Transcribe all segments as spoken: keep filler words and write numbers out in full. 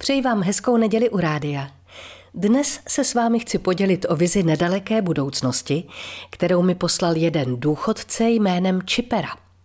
Přeji vám hezkou neděli u rádia. Dnes se s vámi chci podělit o vizi nedaleké budoucnosti, kterou mi poslal jeden důchodce jménem Čipera.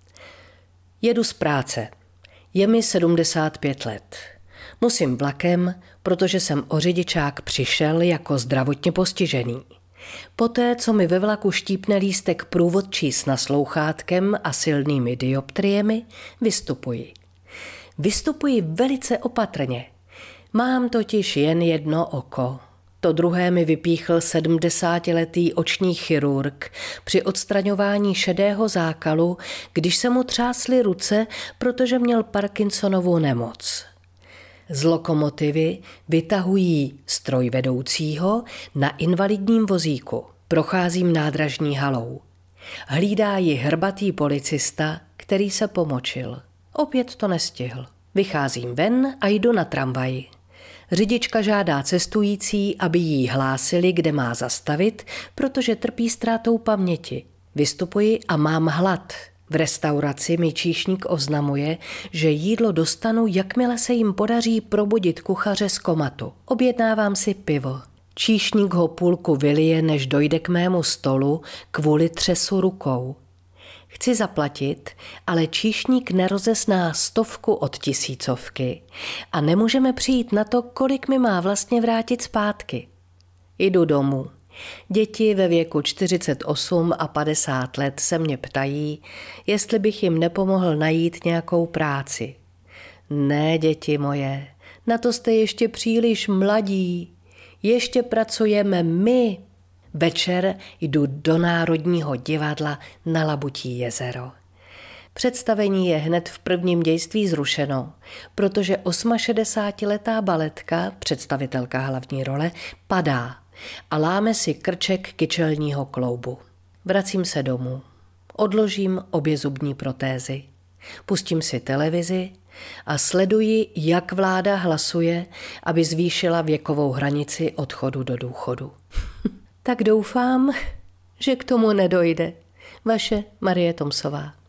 Jedu z práce. Je mi sedmdesát pět let. Musím vlakem, protože jsem o řidičák přišel jako zdravotně postižený. Poté, co mi ve vlaku štípne lístek průvodčí s naslouchátkem a silnými dioptriemi, vystupuji. Vystupuji velice opatrně. Mám totiž jen jedno oko. To druhé mi vypíchl sedmdesátiletý oční chirurg při odstraňování šedého zákalu, když se mu třásly ruce, protože měl Parkinsonovu nemoc. Z lokomotivy vytahují strojvedoucího na invalidním vozíku. Procházím nádražní halou. Hlídá ji hrbatý policista, který se pomočil. Opět to nestihl. Vycházím ven a jdu na tramvaj. Řidička žádá cestující, aby jí hlásili, kde má zastavit, protože trpí ztrátou paměti. Vystupuji a mám hlad. V restauraci mi číšník oznamuje, že jídlo dostanu, jakmile se jim podaří probudit kuchaře z komatu. Objednávám si pivo. Číšník ho půlku vylije, než dojde k mému stolu, kvůli třesu rukou. Chci zaplatit, ale číšník nerozesná stovku od tisícovky a nemůžeme přijít na to, kolik mi má vlastně vrátit zpátky. Jdu domů. Děti ve věku čtyřicet osm a padesát let se mě ptají, jestli bych jim nepomohl najít nějakou práci. Ne, děti moje, na to jste ještě příliš mladí. Ještě pracujeme my. Večer jdu do Národního divadla na Labutí jezero. Představení je hned v prvním dějství zrušeno, protože šedesátiosmiletá baletka, představitelka hlavní role, padá a láme si krček kyčelního kloubu. Vracím se domů. Odložím obě zubní protézy. Pustím si televizi a sleduji, jak vláda hlasuje, aby zvýšila věkovou hranici odchodu do důchodu. Tak doufám, že k tomu nedojde. Vaše Marie Tomsová.